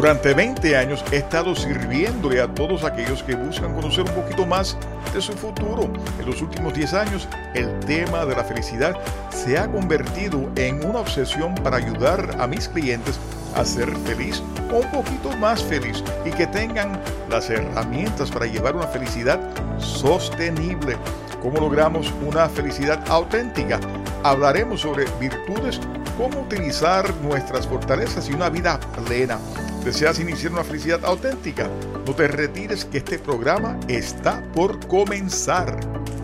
Durante 20 años he estado sirviéndole a todos aquellos que buscan conocer un poquito más de su futuro. En los últimos 10 años, el tema de la felicidad se ha convertido en una obsesión para ayudar a mis clientes a ser feliz o un poquito más feliz y que tengan las herramientas para llevar una felicidad sostenible. ¿Cómo logramos una felicidad auténtica? Hablaremos sobre virtudes, cómo utilizar nuestras fortalezas y una vida plena. ¿Deseas iniciar una felicidad auténtica? No te retires, que este programa está por comenzar.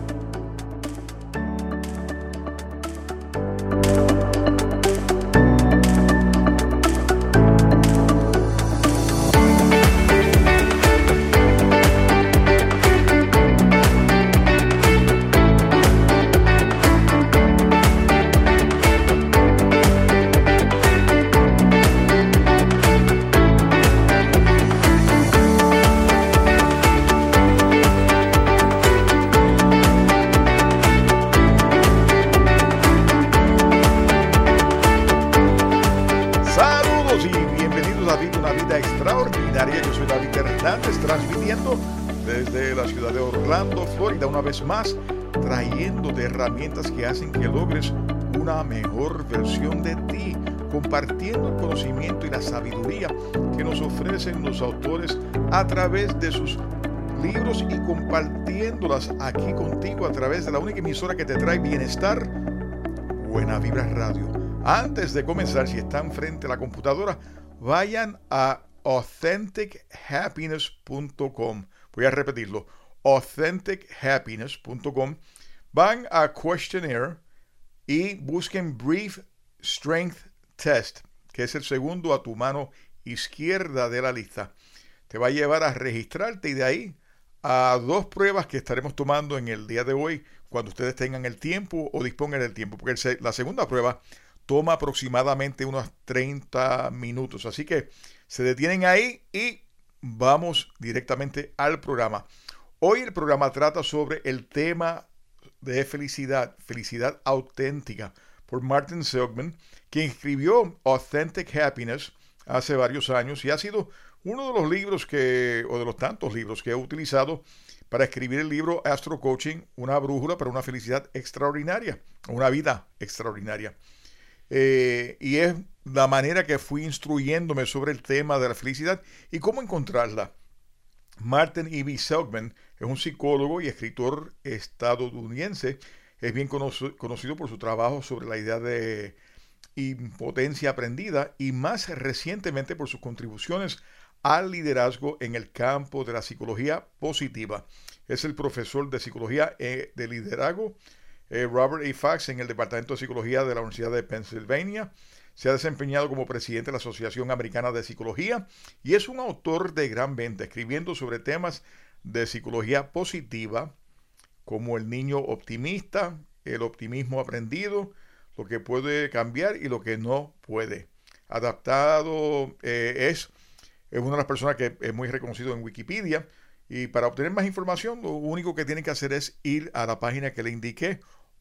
Yo soy David Hernández, transmitiendo desde la ciudad de Orlando, Florida, una vez más, trayéndote herramientas que hacen que logres una mejor versión de ti, compartiendo el conocimiento y la sabiduría que nos ofrecen los autores a través de sus libros y compartiéndolas aquí contigo a través de la única emisora que te trae bienestar, Buena Vibra Radio. Antes de comenzar, si están frente a la computadora, vayan a AuthenticHappiness.com. Voy a repetirlo, AuthenticHappiness.com. Van a Questionnaire y busquen Brief Strength Test, que es el segundo a tu mano izquierda de la lista. Te va a llevar a registrarte y de ahí a 2 pruebas que estaremos tomando en el día de hoy, cuando ustedes tengan el tiempo o dispongan del tiempo, porque la segunda prueba toma aproximadamente unos 30 minutos. Así que se detienen ahí y vamos directamente al programa. Hoy el programa trata sobre el tema de felicidad auténtica, por Martin Seligman, quien escribió Authentic Happiness hace varios años y ha sido uno de los libros o de los tantos libros que he utilizado para escribir el libro Astro Coaching, una brújula para una felicidad extraordinaria, una vida extraordinaria. Y es la manera que fui instruyéndome sobre el tema de la felicidad y cómo encontrarla. Martin E.B. Seligman es un psicólogo y escritor estadounidense. Es bien conocido por su trabajo sobre la idea de impotencia aprendida y más recientemente por sus contribuciones al liderazgo en el campo de la psicología positiva. Es el profesor de psicología de liderazgo Robert A. Fox en el Departamento de Psicología de la Universidad de Pennsylvania. Se ha desempeñado como presidente de la Asociación Americana de Psicología y es un autor de gran venta, escribiendo sobre temas de psicología positiva, como el niño optimista, el optimismo aprendido, lo que puede cambiar y lo que no puede. Adaptado es una de las personas que es muy reconocido en Wikipedia. Y para obtener más información, lo único que tienen que hacer es ir a la página que le indiqué,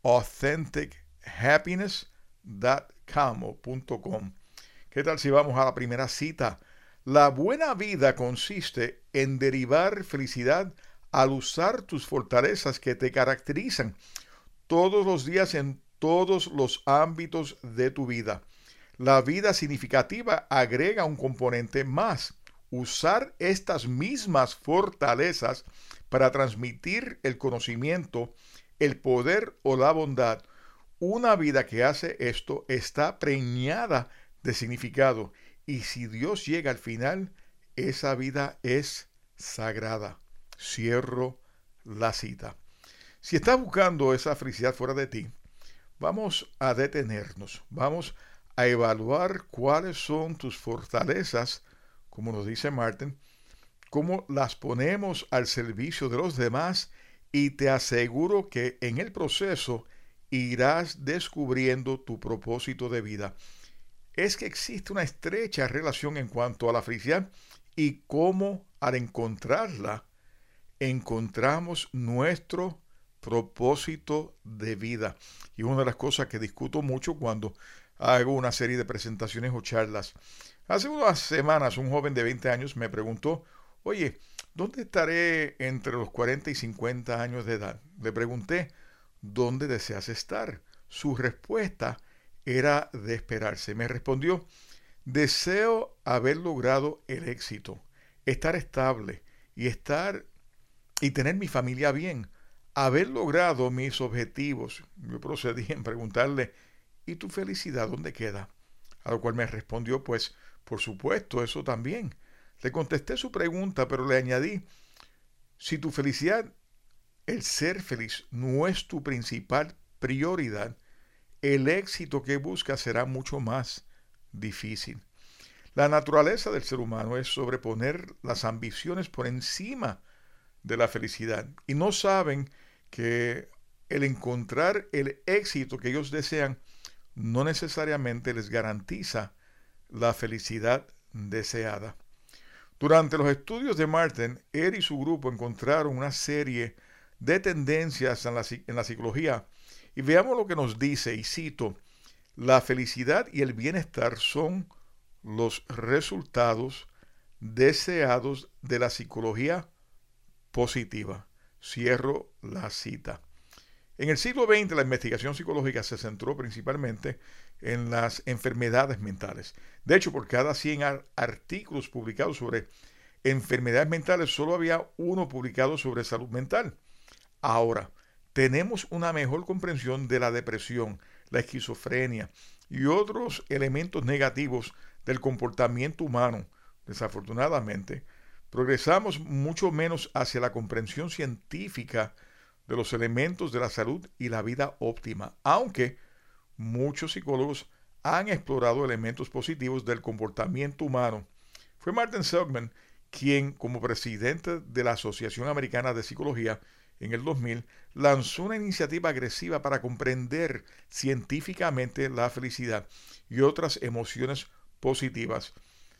AuthenticHappiness.com. ¿Qué tal si vamos a la primera cita? La buena vida consiste en derivar felicidad al usar tus fortalezas que te caracterizan todos los días en todos los ámbitos de tu vida. La vida significativa agrega un componente más: usar estas mismas fortalezas para transmitir el conocimiento, el poder o la bondad. Una vida que hace esto está preñada de significado, y si Dios llega al final, esa vida es sagrada. Cierro la cita. Si estás buscando esa felicidad fuera de ti, vamos a detenernos, vamos a evaluar cuáles son tus fortalezas, como nos dice Martin, cómo las ponemos al servicio de los demás, y te aseguro que en el proceso irás descubriendo tu propósito de vida. Es que existe una estrecha relación en cuanto a la felicidad y cómo al encontrarla, encontramos nuestro propósito de vida. Y una de las cosas que discuto mucho cuando hago una serie de presentaciones o charlas. Hace unas semanas un joven de 20 años me preguntó, oye, ¿dónde estaré entre los 40 y 50 años de edad? Le pregunté, ¿dónde deseas estar? Su respuesta era de esperarse. Me respondió, deseo haber logrado el éxito, estar estable y tener mi familia bien, haber logrado mis objetivos. Yo procedí en preguntarle, ¿y tu felicidad dónde queda? A lo cual me respondió, pues, por supuesto, eso también. Le contesté su pregunta, pero le añadí, si tu felicidad, el ser feliz, no es tu principal prioridad, el éxito que buscas será mucho más difícil. La naturaleza del ser humano es sobreponer las ambiciones por encima de la felicidad y no saben que el encontrar el éxito que ellos desean no necesariamente les garantiza la felicidad deseada. Durante los estudios de Martin, él y su grupo encontraron una serie de tendencias en la psicología y veamos lo que nos dice, y cito, la felicidad y el bienestar son los resultados deseados de la psicología positiva. Cierro la cita. En el siglo XX la investigación psicológica se centró principalmente en las enfermedades mentales. De hecho, por cada 100 artículos publicados sobre enfermedades mentales, solo había uno publicado sobre salud mental. Ahora, tenemos una mejor comprensión de la depresión, la esquizofrenia y otros elementos negativos del comportamiento humano. Desafortunadamente, progresamos mucho menos hacia la comprensión científica de los elementos de la salud y la vida óptima, aunque muchos psicólogos han explorado elementos positivos del comportamiento humano. Fue Martin Seligman quien, como presidente de la Asociación Americana de Psicología, en el 2000, lanzó una iniciativa agresiva para comprender científicamente la felicidad y otras emociones positivas.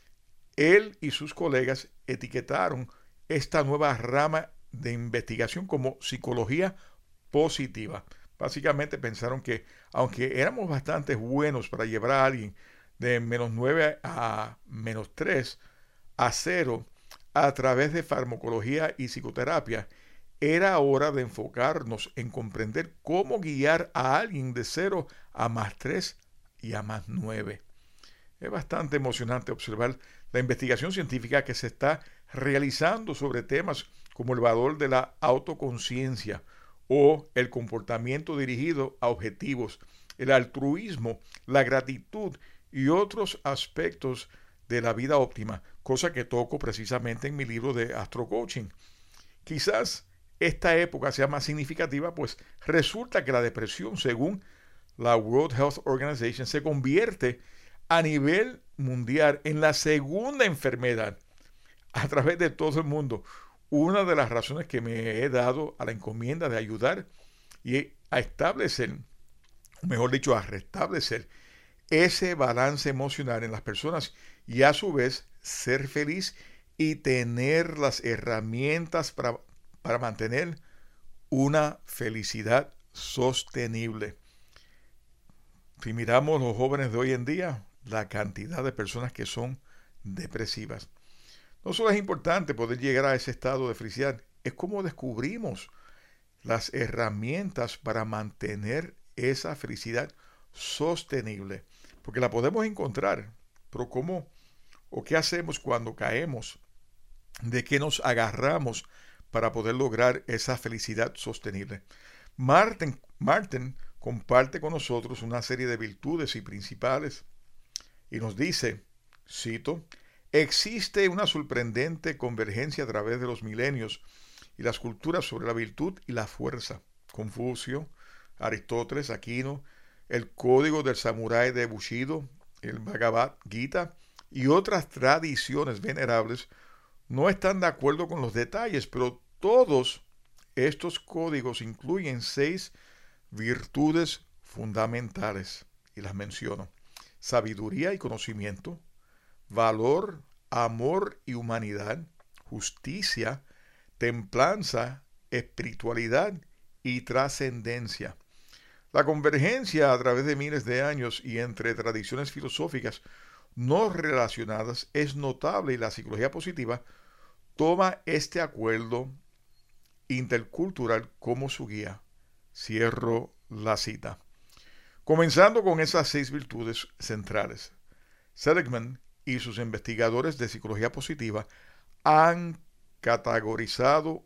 Él y sus colegas etiquetaron esta nueva rama de investigación como psicología positiva. Básicamente pensaron que, aunque éramos bastante buenos para llevar a alguien de -9 a -3 a 0 a través de farmacología y psicoterapia, era hora de enfocarnos en comprender cómo guiar a alguien de 0 a +3 y a +9. Es bastante emocionante observar la investigación científica que se está realizando sobre temas como el valor de la autoconciencia o el comportamiento dirigido a objetivos, el altruismo, la gratitud y otros aspectos de la vida óptima, cosa que toco precisamente en mi libro de Astro Coaching. Quizás esta época sea más significativa, pues resulta que la depresión, según la World Health Organization, se convierte a nivel mundial en la segunda enfermedad a través de todo el mundo. Una de las razones que me he dado a la encomienda de ayudar y a establecer, mejor dicho, a restablecer ese balance emocional en las personas y a su vez ser feliz y tener las herramientas para mantener una felicidad sostenible. Si miramos los jóvenes de hoy en día, la cantidad de personas que son depresivas. No solo es importante poder llegar a ese estado de felicidad, es como descubrimos las herramientas para mantener esa felicidad sostenible. Porque la podemos encontrar, pero ¿cómo o qué hacemos cuando caemos? ¿De qué nos agarramos para poder lograr esa felicidad sostenible? Martin comparte con nosotros una serie de virtudes y principales y nos dice, cito, existe una sorprendente convergencia a través de los milenios y las culturas sobre la virtud y la fuerza. Confucio, Aristóteles, Aquino, el código del samurái de Bushido, el Bhagavad Gita y otras tradiciones venerables no están de acuerdo con los detalles, pero todos estos códigos incluyen 6 virtudes fundamentales y las menciono. Sabiduría y conocimiento, valor, amor y humanidad, justicia, templanza, espiritualidad y trascendencia. La convergencia a través de miles de años y entre tradiciones filosóficas no relacionadas es notable y la psicología positiva toma este acuerdo intercultural como su guía. Cierro la cita. Comenzando con esas 6 virtudes centrales. Seligman y sus investigadores de psicología positiva han categorizado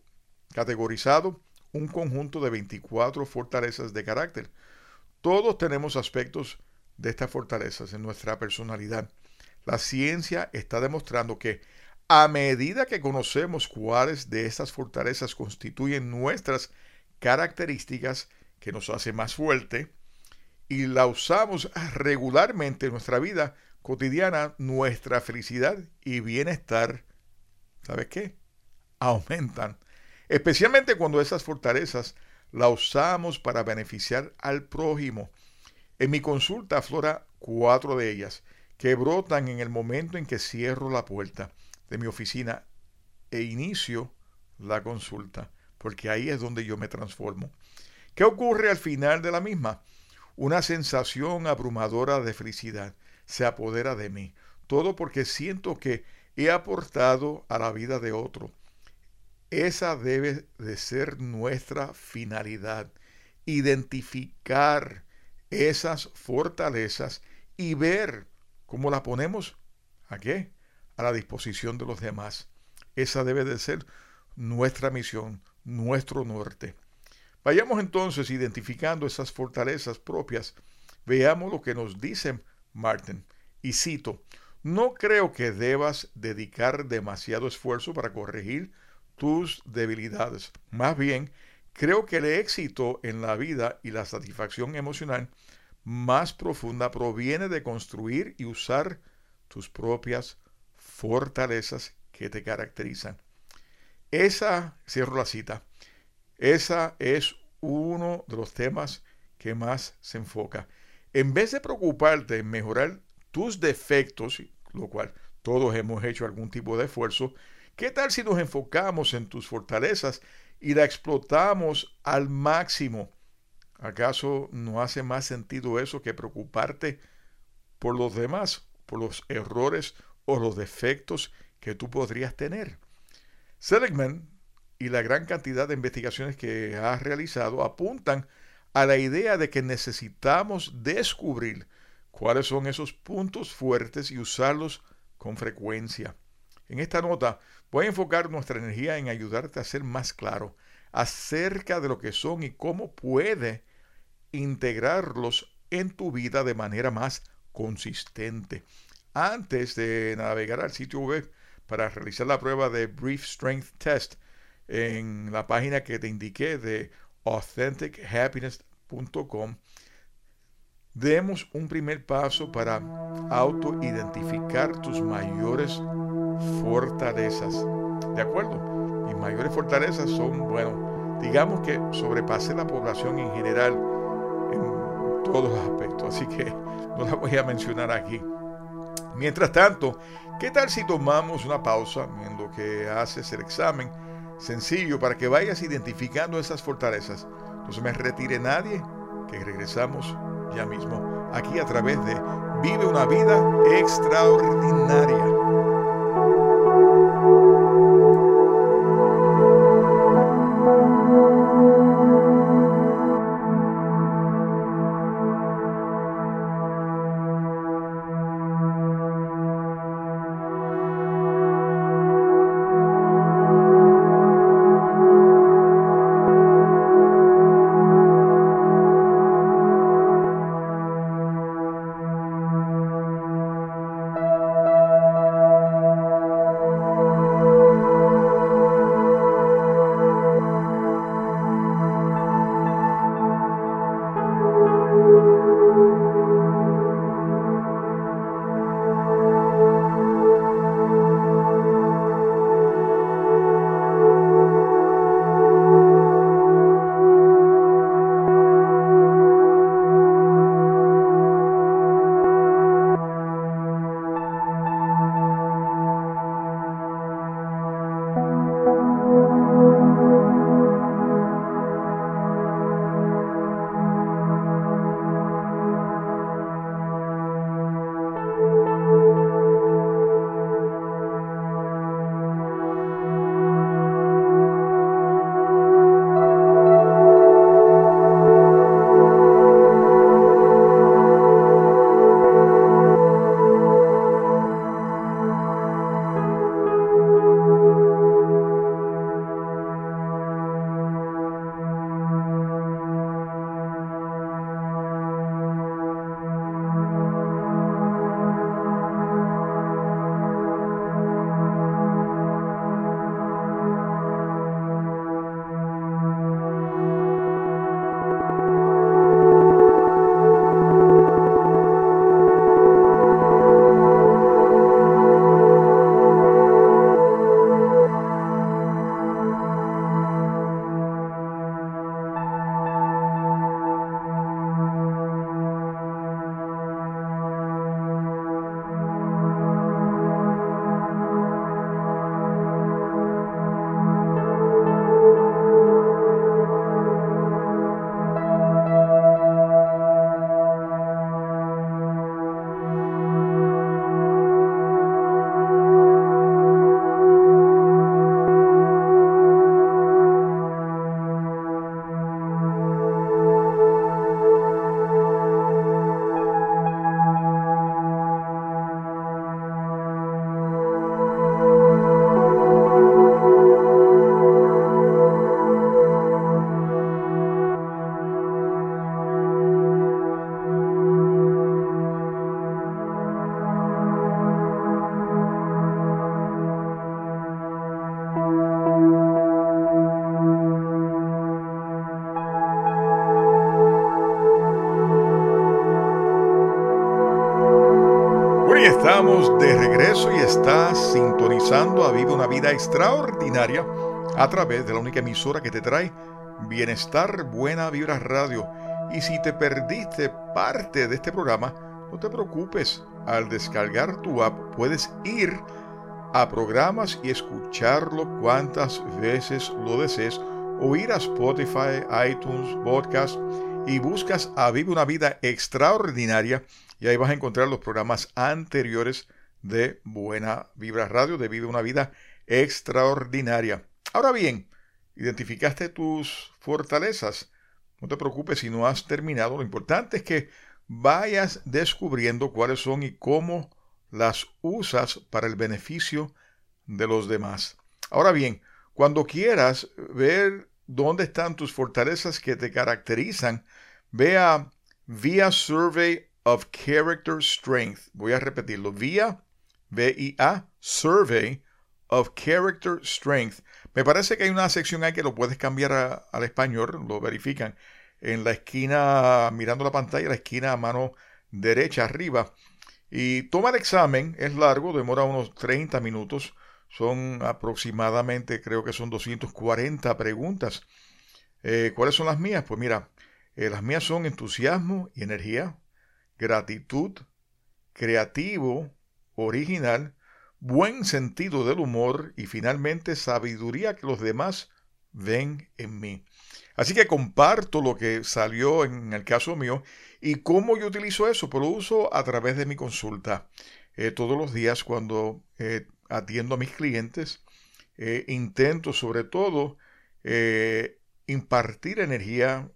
un conjunto de 24 fortalezas de carácter. Todos tenemos aspectos de estas fortalezas en nuestra personalidad. La ciencia está demostrando que a medida que conocemos cuáles de estas fortalezas constituyen nuestras características que nos hace más fuerte y la usamos regularmente en nuestra vida cotidiana, nuestra felicidad y bienestar, ¿sabes qué? Aumentan. Especialmente cuando esas fortalezas las usamos para beneficiar al prójimo. En mi consulta aflora 4 de ellas que brotan en el momento en que cierro la puerta de mi oficina e inicio la consulta, porque ahí es donde yo me transformo. ¿Qué ocurre al final de la misma? Una sensación abrumadora de felicidad se apodera de mí, todo porque siento que he aportado a la vida de otro. Esa debe de ser nuestra finalidad, identificar esas fortalezas y ver cómo las ponemos ¿a qué? A la disposición de los demás. Esa debe de ser nuestra misión, nuestro norte. Vayamos entonces identificando esas fortalezas propias. Veamos lo que nos dice Martin. Y cito, no creo que debas dedicar demasiado esfuerzo para corregir tus debilidades. Más bien, creo que el éxito en la vida y la satisfacción emocional más profunda proviene de construir y usar tus propias fortalezas que te caracterizan. Cierro la cita, esa es uno de los temas que más se enfoca. En vez de preocuparte en mejorar tus defectos, lo cual todos hemos hecho algún tipo de esfuerzo, ¿qué tal si nos enfocamos en tus fortalezas y la explotamos al máximo? ¿Acaso no hace más sentido eso que preocuparte por los demás, por los errores o los defectos que tú podrías tener? Seligman y la gran cantidad de investigaciones que ha realizado apuntan a la idea de que necesitamos descubrir cuáles son esos puntos fuertes y usarlos con frecuencia. En esta nota voy a enfocar nuestra energía en ayudarte a ser más claro acerca de lo que son y cómo puede integrarlos en tu vida de manera más consistente. Antes de navegar al sitio web para realizar la prueba de Brief Strength Test en la página que te indiqué de AuthenticHappiness.com, demos un primer paso para autoidentificar tus mayores fortalezas. ¿De acuerdo? Mis mayores fortalezas son, bueno, digamos que sobrepasé la población en general en todos los aspectos, así que no la voy a mencionar aquí. Mientras tanto, ¿qué tal si tomamos una pausa en lo que haces el examen sencillo para que vayas identificando esas fortalezas? No se me retire nadie, que regresamos ya mismo aquí a través de Vive una vida extraordinaria. Bueno, y estamos de regreso y estás sintonizando a Vive una Vida Extraordinaria a través de la única emisora que te trae Bienestar Buena Vibra Radio. Y si te perdiste parte de este programa, no te preocupes. Al descargar tu app puedes ir a programas y escucharlo cuantas veces lo desees, o ir a Spotify, iTunes, Podcast y buscas a Vive una Vida Extraordinaria y ahí vas a encontrar los programas anteriores de Buena Vibra Radio, de Vive una Vida Extraordinaria. Ahora bien, ¿identificaste tus fortalezas? No te preocupes si no has terminado. Lo importante es que vayas descubriendo cuáles son y cómo las usas para el beneficio de los demás. Ahora bien, cuando quieras ver dónde están tus fortalezas que te caracterizan, ve a VIA Survey of Character Strength. Voy a repetirlo. VIA, V-I-A, Survey of Character Strength. Me parece que hay una sección ahí que lo puedes cambiar al español, lo verifican. En la esquina, mirando la pantalla, la esquina a mano derecha arriba. Y toma el examen, es largo, demora unos 30 minutos. Son aproximadamente, creo que son 240 preguntas. ¿Cuáles son las mías? Pues mira, las mías son entusiasmo y energía, gratitud, creativo, original, buen sentido del humor y finalmente sabiduría que los demás ven en mí. Así que comparto lo que salió en el caso mío y cómo yo utilizo eso. Pues lo uso a través de mi consulta. Todos los días cuando atiendo a mis clientes, intento sobre todo impartir energía,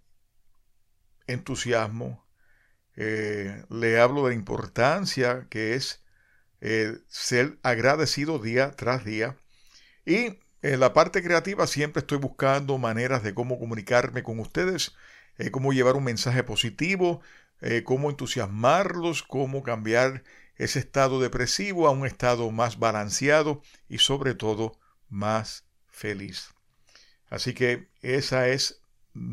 entusiasmo. Le hablo de la importancia que es ser agradecido día tras día. Y en la parte creativa siempre estoy buscando maneras de cómo comunicarme con ustedes, cómo llevar un mensaje positivo, cómo entusiasmarlos, cómo cambiar ese estado depresivo a un estado más balanceado y sobre todo más feliz. Así que esa es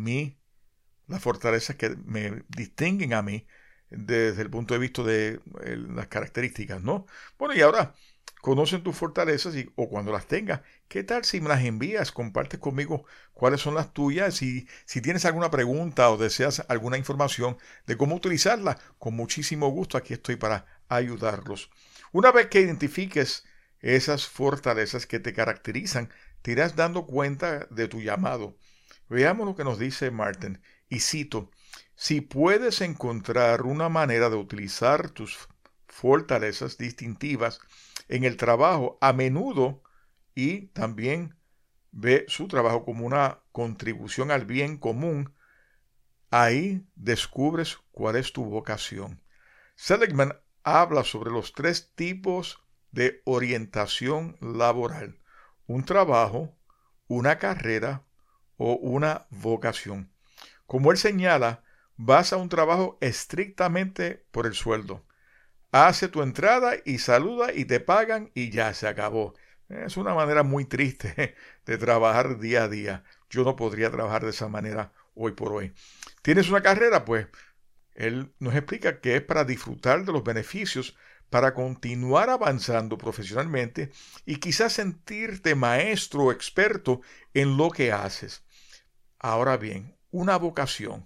las fortalezas que me distinguen a mí desde el punto de vista de las características, ¿no? Bueno, y ahora conocen tus fortalezas o cuando las tengas, ¿qué tal si me las envías? Compartes conmigo cuáles son las tuyas. Si tienes alguna pregunta o deseas alguna información de cómo utilizarla, con muchísimo gusto aquí estoy para ayudarlos. Una vez que identifiques esas fortalezas que te caracterizan, te irás dando cuenta de tu llamado. Veamos lo que nos dice Martin, y cito: si puedes encontrar una manera de utilizar tus fortalezas distintivas en el trabajo a menudo y también ve su trabajo como una contribución al bien común, ahí descubres cuál es tu vocación. Seligman habla sobre los 3 tipos de orientación laboral: un trabajo, una carrera o una vocación. Como él señala, vas a un trabajo estrictamente por el sueldo. Hace tu entrada y saluda y te pagan y ya se acabó. Es una manera muy triste de trabajar día a día. Yo no podría trabajar de esa manera hoy por hoy. ¿Tienes una carrera? Pues él nos explica que es para disfrutar de los beneficios, para continuar avanzando profesionalmente y quizás sentirte maestro o experto en lo que haces. Ahora bien, una vocación,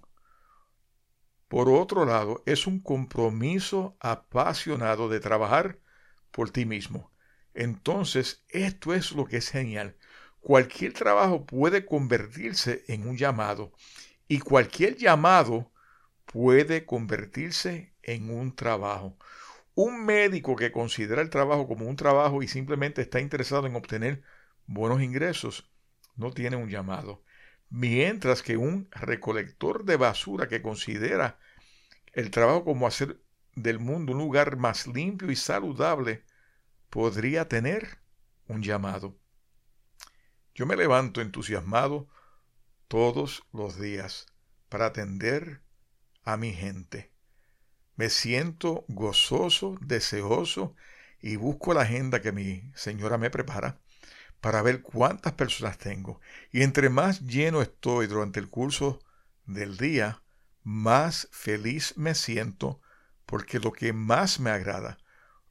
por otro lado, es un compromiso apasionado de trabajar por ti mismo. Entonces, esto es lo que es genial. Cualquier trabajo puede convertirse en un llamado y cualquier llamado puede convertirse en un trabajo. Un médico que considera el trabajo como un trabajo y simplemente está interesado en obtener buenos ingresos, no tiene un llamado. Mientras que un recolector de basura que considera el trabajo como hacer del mundo un lugar más limpio y saludable, podría tener un llamado. Yo me levanto entusiasmado todos los días para atender a mi gente. Me siento gozoso, deseoso y busco la agenda que mi señora me prepara para ver cuántas personas tengo. Y entre más lleno estoy durante el curso del día, más feliz me siento, porque lo que más me agrada,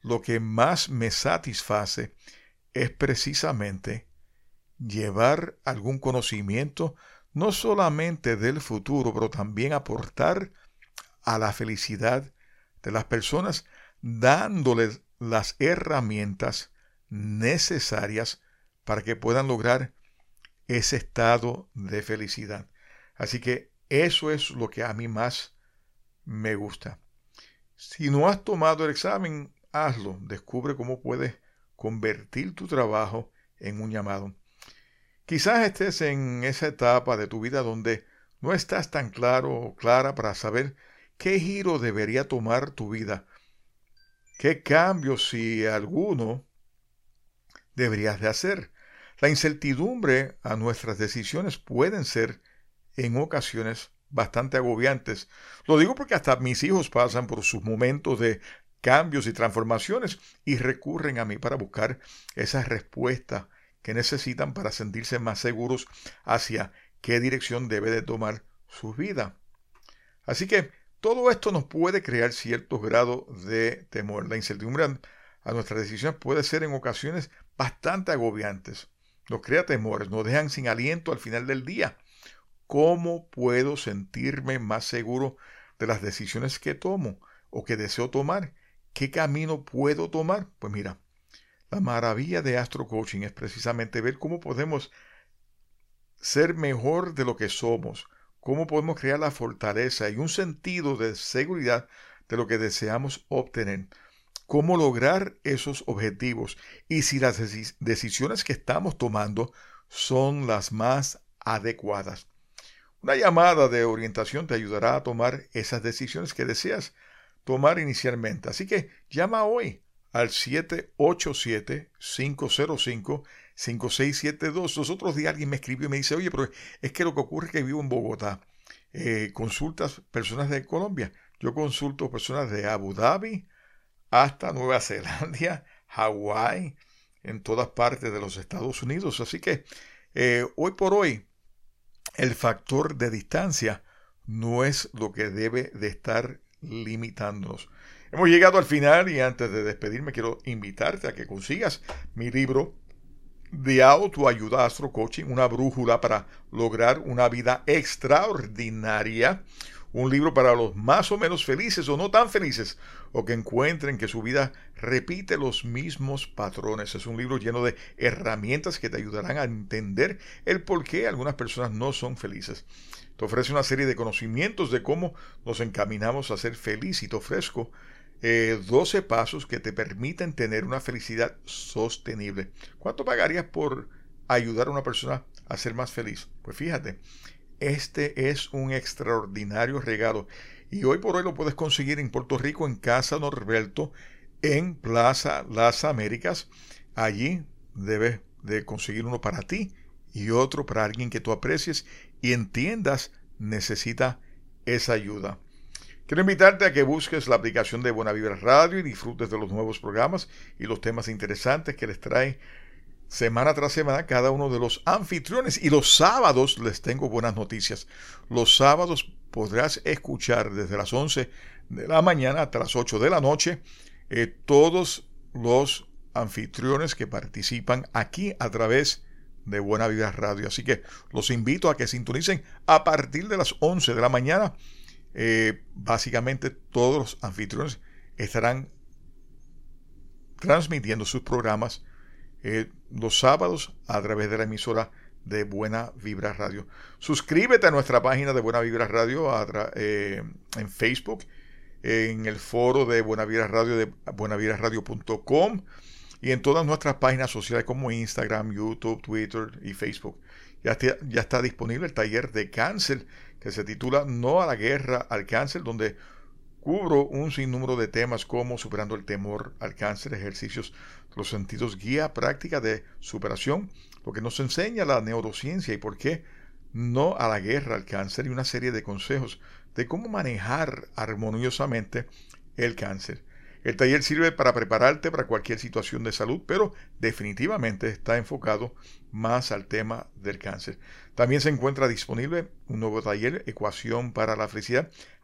lo que más me satisface es precisamente llevar algún conocimiento, no solamente del futuro, pero también aportar a la felicidad de las personas, dándoles las herramientas necesarias para que puedan lograr ese estado de felicidad. Así que eso es lo que a mí más me gusta. Si no has tomado el examen, hazlo. Descubre cómo puedes convertir tu trabajo en un llamado. Quizás estés en esa etapa de tu vida donde no estás tan claro o clara para saber qué giro debería tomar tu vida, qué cambios, si alguno, deberías de hacer. La incertidumbre a nuestras decisiones pueden ser en ocasiones bastante agobiantes. Lo digo porque hasta mis hijos pasan por sus momentos de cambios y transformaciones y recurren a mí para buscar esas respuestas que necesitan para sentirse más seguros hacia qué dirección debe de tomar su vida. Así que todo esto nos puede crear cierto grado de temor. La incertidumbre a nuestras decisiones puede ser en ocasiones bastante agobiantes. Nos crea temores, nos dejan sin aliento al final del día. ¿Cómo puedo sentirme más seguro de las decisiones que tomo o que deseo tomar? ¿Qué camino puedo tomar? Pues mira, la maravilla de Astro Coaching es precisamente ver cómo podemos ser mejor de lo que somos, cómo podemos crear la fortaleza y un sentido de seguridad de lo que deseamos obtener, cómo lograr esos objetivos y si las decisiones que estamos tomando son las más adecuadas. Una llamada de orientación te ayudará a tomar esas decisiones que deseas tomar inicialmente. Así que llama hoy al 787-505-5672. Los otros días alguien me escribió y me dice, oye, pero es que lo que ocurre es que vivo en Bogotá. ¿Consultas personas de Colombia? Yo consulto personas de Abu Dhabi hasta Nueva Zelanda, Hawái, en todas partes de los Estados Unidos. Así que hoy por hoy, el factor de distancia no es lo que debe de estar limitándonos. Hemos llegado al final y antes de despedirme quiero invitarte a que consigas mi libro de autoayuda Astro Coaching, una brújula para lograr una vida extraordinaria. Un libro para los más o menos felices o no tan felices o que encuentren que su vida repite los mismos patrones. Es un libro lleno de herramientas que te ayudarán a entender el por qué algunas personas no son felices. Te ofrece una serie de conocimientos de cómo nos encaminamos a ser felices y te ofrezco 12 pasos que te permiten tener una felicidad sostenible. ¿Cuánto pagarías por ayudar a una persona a ser más feliz? Pues fíjate, este es un extraordinario regalo y hoy por hoy lo puedes conseguir en Puerto Rico, en Casa Norberto, en Plaza Las Américas. Allí debes de conseguir uno para ti y otro para alguien que tú aprecies y entiendas necesita esa ayuda. Quiero invitarte a que busques la aplicación de Buena Vibra Radio y disfrutes de los nuevos programas y los temas interesantes que les trae semana tras semana cada uno de los anfitriones. Y los sábados les tengo buenas noticias. Los sábados podrás escuchar desde las 11 de la mañana hasta las 8 de la noche todos los anfitriones que participan aquí a través de Buena Vibra Radio. Así que los invito a que sintonicen a partir de las 11 de la mañana. Básicamente todos los anfitriones estarán transmitiendo sus programas los sábados a través de la emisora de Buena Vibra Radio. Suscríbete a nuestra página de Buena Vibra Radio en Facebook, en el foro de Buena Vibra Radio de buenavibraradio.com y en todas nuestras páginas sociales como Instagram, YouTube, Twitter y Facebook. Ya está disponible el taller de cáncer que se titula No a la guerra al cáncer, donde cubro un sinnúmero de temas como superando el temor al cáncer, ejercicios de los sentidos, guía práctica de superación, lo que nos enseña la neurociencia y por qué no a la guerra al cáncer y una serie de consejos de cómo manejar armoniosamente el cáncer. El taller sirve para prepararte para cualquier situación de salud, pero definitivamente está enfocado más al tema del cáncer. También se encuentra disponible un nuevo taller, Ecuación para la Felicidad,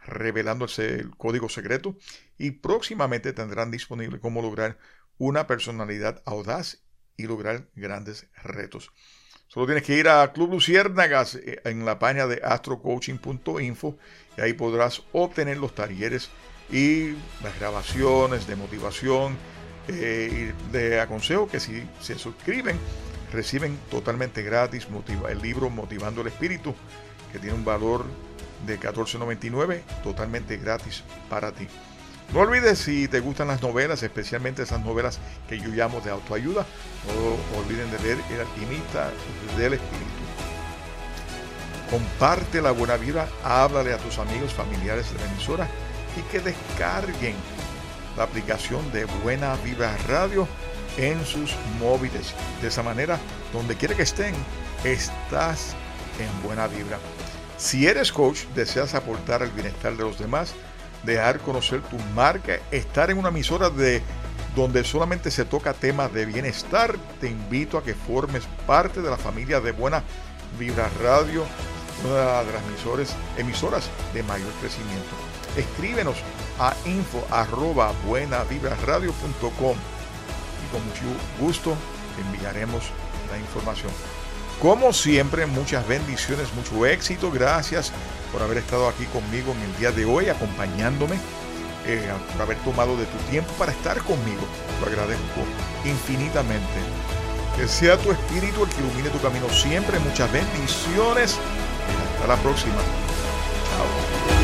revelándose el código secreto, y próximamente tendrán disponible cómo lograr una personalidad audaz y lograr grandes retos. Solo tienes que ir a Club Luciérnagas en la página de astrocoaching.info y ahí podrás obtener los talleres y las grabaciones de motivación y de aconsejo que si se suscriben reciben totalmente gratis el libro Motivando el Espíritu, que tiene un valor de $14.99 totalmente gratis para ti. No olvides, si te gustan las novelas, especialmente esas novelas que yo llamo de autoayuda, no olviden de leer El Alquimista del Espíritu. Comparte la buena vibra, háblale a tus amigos, familiares de la emisora y que descarguen la aplicación de Buena Vibra Radio en sus móviles. De esa manera, donde quiera que estén, estás en buena vibra. Si eres coach, deseas aportar al bienestar de los demás, dejar conocer tu marca, estar en una emisora donde solamente se toca temas de bienestar, te invito a que formes parte de la familia de Buena Vibra Radio, una de las emisoras de mayor crecimiento. Escríbenos a info@buenavibraradio.com y con mucho gusto te enviaremos la información. Como siempre, muchas bendiciones, mucho éxito. Gracias por haber estado aquí conmigo en el día de hoy, acompañándome, por haber tomado de tu tiempo para estar conmigo. Lo agradezco infinitamente. Que sea tu espíritu el que ilumine tu camino siempre. Muchas bendiciones y hasta la próxima. Chao.